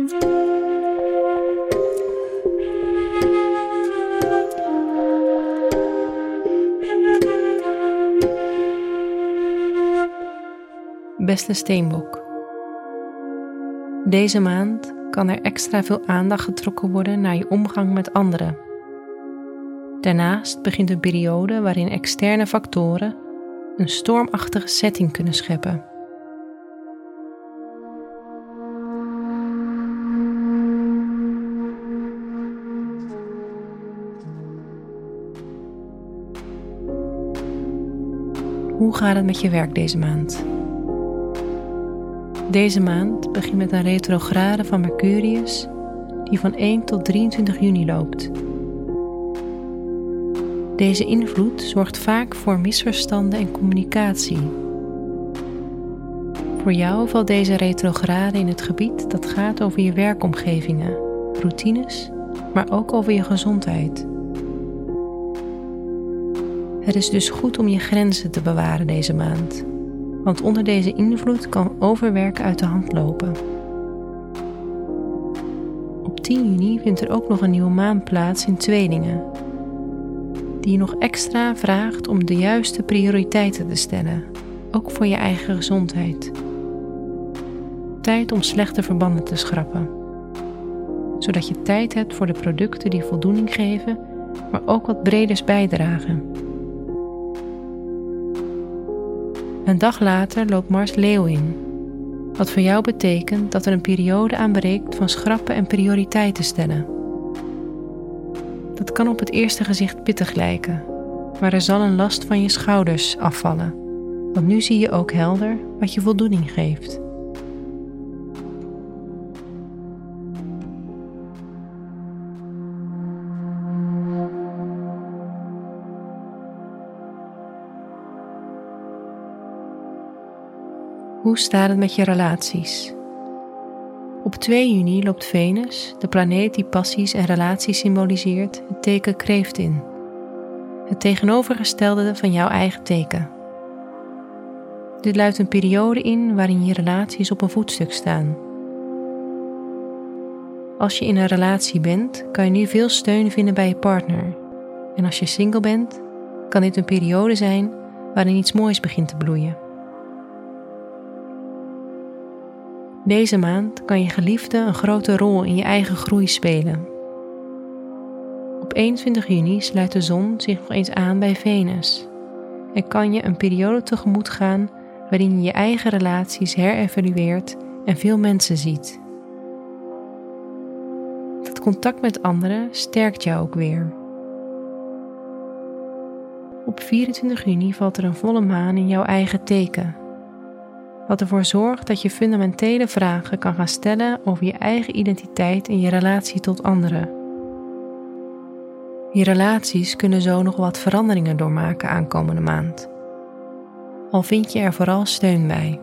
Beste Steenbok, deze maand kan er extra veel aandacht getrokken worden naar je omgang met anderen. Daarnaast begint een periode waarin externe factoren een stormachtige setting kunnen scheppen. Hoe gaat het met je werk deze maand? Deze maand begint met een retrograde van Mercurius die van 1 tot 23 juni loopt. Deze invloed zorgt vaak voor misverstanden en communicatie. Voor jou valt deze retrograde in het gebied dat gaat over je werkomgevingen, routines, maar ook over je gezondheid. Het is dus goed om je grenzen te bewaren deze maand, want onder deze invloed kan overwerken uit de hand lopen. Op 10 juni vindt er ook nog een nieuwe maan plaats in Tweelingen, die je nog extra vraagt om de juiste prioriteiten te stellen, ook voor je eigen gezondheid. Tijd om slechte verbanden te schrappen, zodat je tijd hebt voor de producten die voldoening geven, maar ook wat breders bijdragen. Een dag later loopt Mars Leeuw in, wat voor jou betekent dat er een periode aanbreekt van schrappen en prioriteiten stellen. Dat kan op het eerste gezicht pittig lijken, maar er zal een last van je schouders afvallen, want nu zie je ook helder wat je voldoening geeft. Hoe staat het met je relaties? Op 2 juni loopt Venus, de planeet die passies en relaties symboliseert, het teken Kreeft in. Het tegenovergestelde van jouw eigen teken. Dit luidt een periode in waarin je relaties op een voetstuk staan. Als je in een relatie bent, kan je nu veel steun vinden bij je partner. En als je single bent, kan dit een periode zijn waarin iets moois begint te bloeien. Deze maand kan je geliefde een grote rol in je eigen groei spelen. Op 21 juni sluit de zon zich nog eens aan bij Venus en kan je een periode tegemoet gaan waarin je je eigen relaties herevalueert en veel mensen ziet. Dat contact met anderen sterkt jou ook weer. Op 24 juni valt er een volle maan in jouw eigen teken, wat ervoor zorgt dat je fundamentele vragen kan gaan stellen over je eigen identiteit en je relatie tot anderen. Je relaties kunnen zo nog wat veranderingen doormaken aankomende maand, al vind je er vooral steun bij.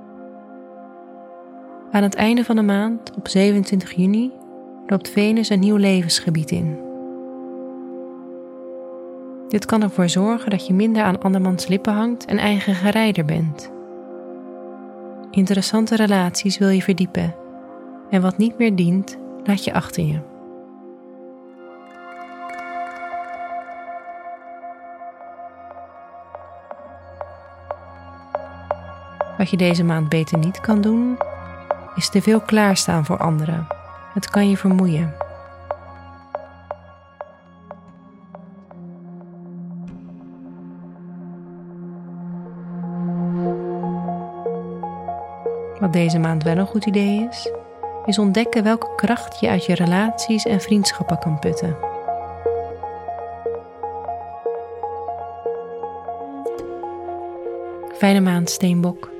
Aan het einde van de maand, op 27 juni, loopt Venus een nieuw levensgebied in. Dit kan ervoor zorgen dat je minder aan andermans lippen hangt en eigen gerijder bent. Interessante relaties wil je verdiepen en wat niet meer dient, laat je achter je. Wat je deze maand beter niet kan doen, is te veel klaarstaan voor anderen. Het kan je vermoeien. Wat deze maand wel een goed idee is ontdekken welke kracht je uit je relaties en vriendschappen kan putten. Fijne maand, Steenbok.